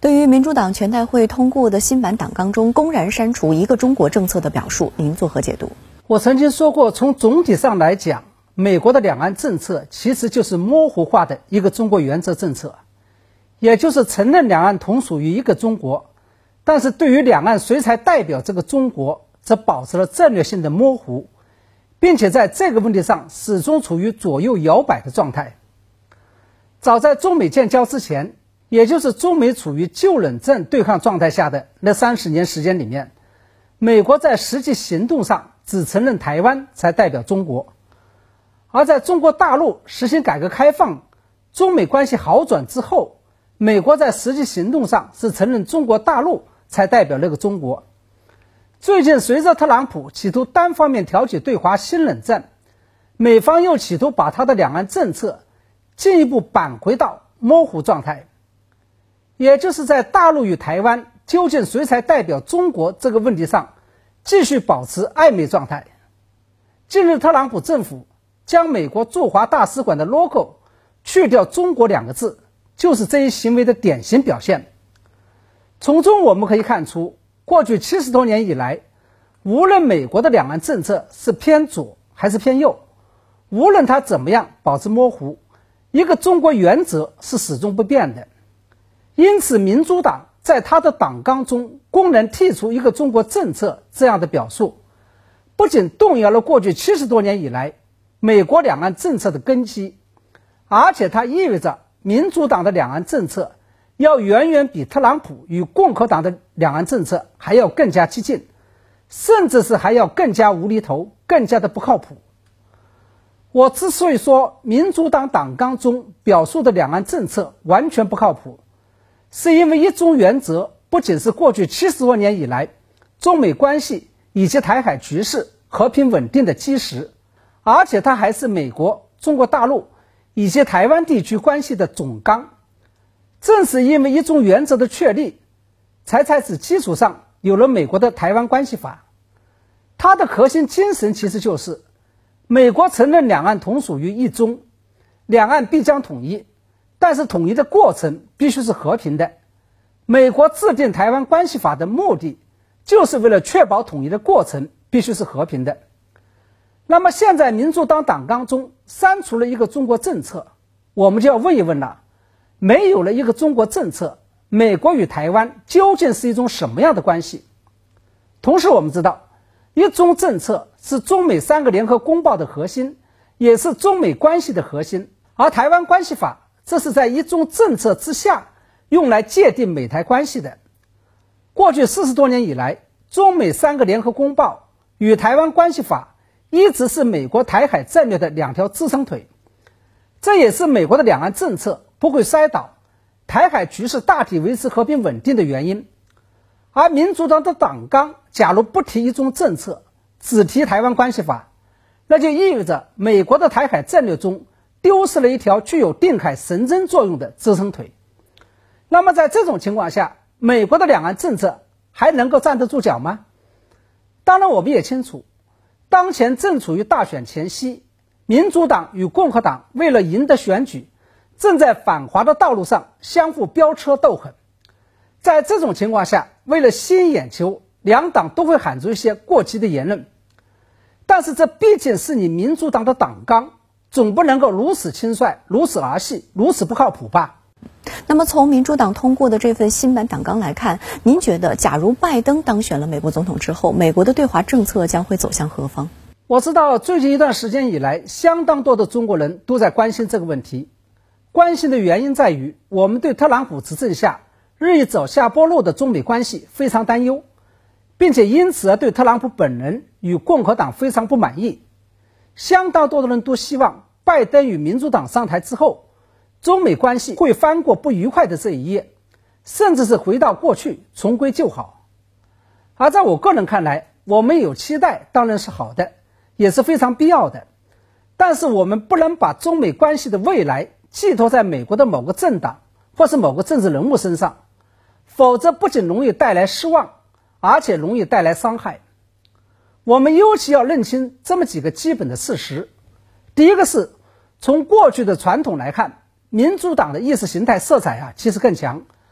对于民主党全代会通过的新版党纲中公然删除一个中国政策的表述，您作何解读？ 我曾经说过，从总体上来讲，美国的两岸政策其实就是模糊化的一个中国原则政策，也就是承认两岸同属于一个中国，但是对于两岸谁才代表这个中国，则保持了战略性的模糊，并且在这个问题上始终处于左右摇摆的状态。早在中美建交之前，也就是中美处于旧冷战对抗状态下的那30年时间里面，美国在实际行动上只承认台湾才代表中国，而在中国大陆实行改革开放、中美关系好转之后，美国在实际行动上是承认中国大陆才代表那个中国。最近随着特朗普企图单方面挑起对华新冷战，美方又企图把他的两岸政策进一步扳回到模糊状态，也就是在大陆与台湾究竟谁才代表中国这个问题上继续保持暧昧状态。近日特朗普政府将美国驻华大使馆的 logo 去掉中国2个字，就是这一行为的典型表现。从中我们可以看出，过去70多年以来，无论美国的两岸政策是偏左还是偏右，无论它怎么样保持模糊，一个中国原则是始终不变的。因此民主党在他的党纲中公然剔除一个中国政策这样的表述，不仅动摇了过去70多年以来美国两岸政策的根基，而且它意味着民主党的两岸政策要远远比特朗普与共和党的两岸政策还要更加激进，甚至是还要更加无厘头，更加的不靠谱。我之所以说民主党党纲中表述的两岸政策完全不靠谱，是因为一中原则不仅是过去70多年以来中美关系以及台海局势和平稳定的基石，而且它还是美国、中国大陆以及台湾地区关系的总纲。正是因为一中原则的确立，才在此基础上有了美国的台湾关系法。它的核心精神其实就是美国承认两岸同属于一中，两岸必将统一，但是统一的过程必须是和平的。美国制定台湾关系法的目的，就是为了确保统一的过程必须是和平的。那么现在民主党党纲中删除了一个中国政策，我们就要问一问了，没有了一个中国政策，美国与台湾究竟是一种什么样的关系？同时我们知道，一中政策是中美3个联合公报的核心，也是中美关系的核心，而台湾关系法这是在一中政策之下用来界定美台关系的。过去40多年以来，中美3个联合公报与台湾关系法一直是美国台海战略的2条支撑腿，这也是美国的两岸政策不会摔倒，台海局势大体维持和平稳定的原因。而民主党的党纲假如不提一中政策，只提台湾关系法，那就意味着美国的台海战略中丢失了一条具有定海神针作用的支撑腿。那么在这种情况下，美国的两岸政策还能够站得住脚吗？当然我们也清楚，当前正处于大选前夕，民主党与共和党为了赢得选举，正在反华的道路上相互飙车斗狠。在这种情况下，为了吸引眼球，两党都会喊出一些过激的言论。但是这毕竟是你民主党的党纲，总不能够如此轻率、如此儿戏、如此不靠谱吧？ 那么从民主党通过的这份新版党纲来看，您觉得假如拜登当选了美国总统之后，美国的对华政策将会走向何方？ 我知道最近一段时间以来，相当多的中国人都在关心这个问题。关心的原因在于，我们对特朗普执政下日益走下坡路的中美关系非常担忧，并且因此而对特朗普本人与共和党非常不满意。相当多的人都希望拜登与民主党上台之后，中美关系会翻过不愉快的这一页，甚至是回到过去，重归旧好。而在我个人看来，我们有期待当然是好的，也是非常必要的，但是我们不能把中美关系的未来寄托在美国的某个政党或是某个政治人物身上，否则不仅容易带来失望，而且容易带来伤害。我们尤其要认清这么几个基本的事实。第一个是，从过去的传统来看，民主党的意识形态色彩其实更强，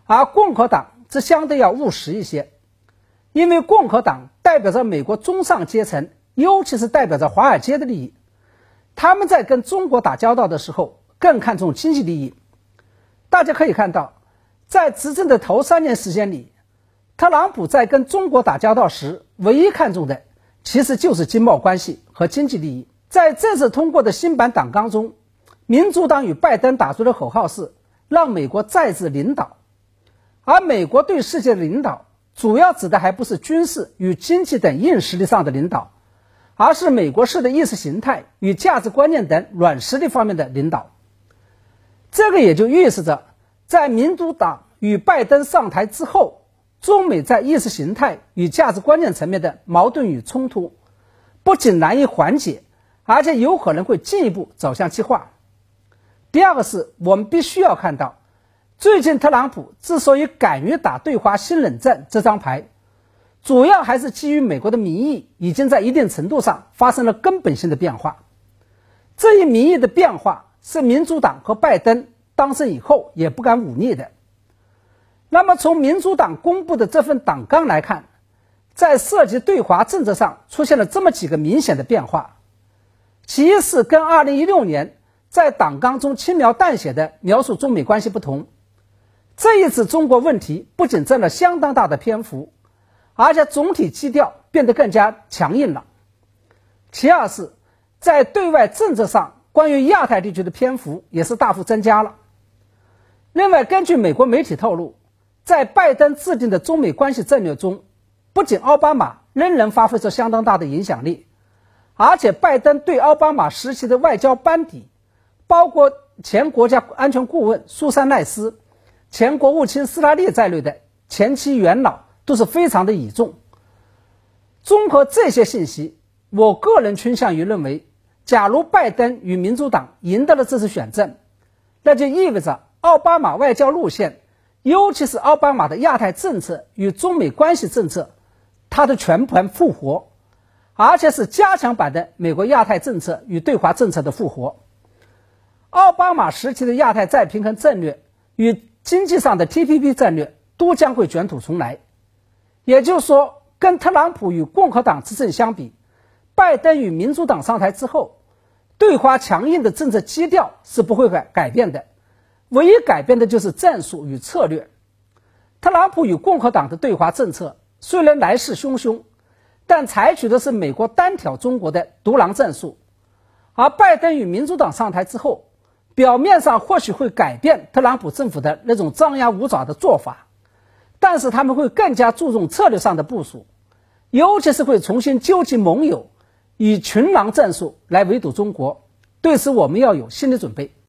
而共和党则相对要务实一些，因为共和党代表着美国中上阶层，尤其是代表着华尔街的利益。他们在跟中国打交道的时候更看重经济利益。大家可以看到，在执政的头3年时间里，特朗普在跟中国打交道时唯一看重的其实就是经贸关系和经济利益。在这次通过的新版党纲中，民主党与拜登打出的口号是让美国再次领导，而美国对世界的领导主要指的还不是军事与经济等硬实力上的领导，而是美国式的意识形态与价值观念等软实力方面的领导。这个也就预示着，在民主党与拜登上台之后，中美在意识形态与价值观念层面的矛盾与冲突不仅难以缓解，而且有可能会进一步走向激化。第二个是，我们必须要看到，最近特朗普之所以敢于打对华新冷战这张牌，主要还是基于美国的民意已经在一定程度上发生了根本性的变化。这一民意的变化是民主党和拜登当选以后也不敢忤逆的。那么从民主党公布的这份党纲来看，在涉及对华政策上出现了这么几个明显的变化。其一是跟2016年在党纲中轻描淡写的描述中美关系不同，这一次中国问题不仅占了相当大的篇幅，而且总体基调变得更加强硬了。其二是在对外政策上，关于亚太地区的篇幅也是大幅增加了。另外，根据美国媒体透露，在拜登制定的中美关系战略中，不仅奥巴马仍然发挥着相当大的影响力，而且拜登对奥巴马时期的外交班底，包括前国家安全顾问苏珊·赖斯、前国务卿斯拉利在内的前期元老都是非常的倚重。综合这些信息，我个人倾向于认为，假如拜登与民主党赢得了这次选战，那就意味着奥巴马外交路线，尤其是奥巴马的亚太政策与中美关系政策，它的全盘复活，而且是加强版的美国亚太政策与对华政策的复活。奥巴马时期的亚太再平衡战略与经济上的 TPP 战略都将会卷土重来。也就是说，跟特朗普与共和党执政相比，拜登与民主党上台之后，对华强硬的政策基调是不会改变的，唯一改变的就是战术与策略。特朗普与共和党的对华政策虽然来势汹汹，但采取的是美国单挑中国的独狼战术，而拜登与民主党上台之后，表面上或许会改变特朗普政府的那种张牙舞爪的做法，但是他们会更加注重策略上的部署，尤其是会重新纠集盟友，以群狼战术来围堵中国。对此我们要有心理准备。